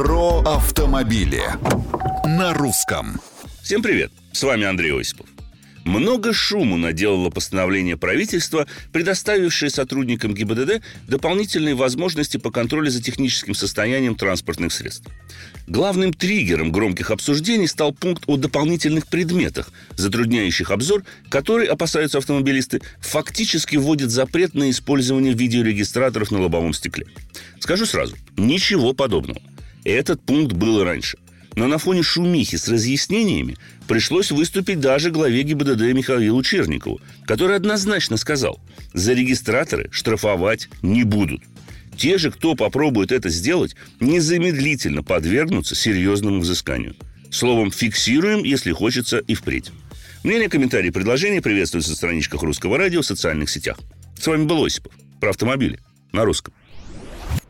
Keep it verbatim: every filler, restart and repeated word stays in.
Про автомобили на русском. Всем привет, с вами Андрей Осипов. Много шуму наделало постановление правительства, предоставившее сотрудникам ГИБДД дополнительные возможности по контролю за техническим состоянием транспортных средств. Главным триггером громких обсуждений стал пункт о дополнительных предметах, затрудняющих обзор, который, опасаются автомобилисты, фактически вводит запрет на использование видеорегистраторов на лобовом стекле. Скажу сразу, ничего подобного. Этот пункт был и раньше. Но на фоне шумихи с разъяснениями пришлось выступить даже главе ГИБДД Михаилу Черникову, который однозначно сказал: за регистраторы штрафовать не будут. Те же, кто попробует это сделать, незамедлительно подвергнутся серьезному взысканию. Словом, фиксируем, если хочется, и впредь. Мнения, комментарии, предложения приветствуются на страничках Русского радио в социальных сетях. С вами был Осипов. Про автомобили на русском.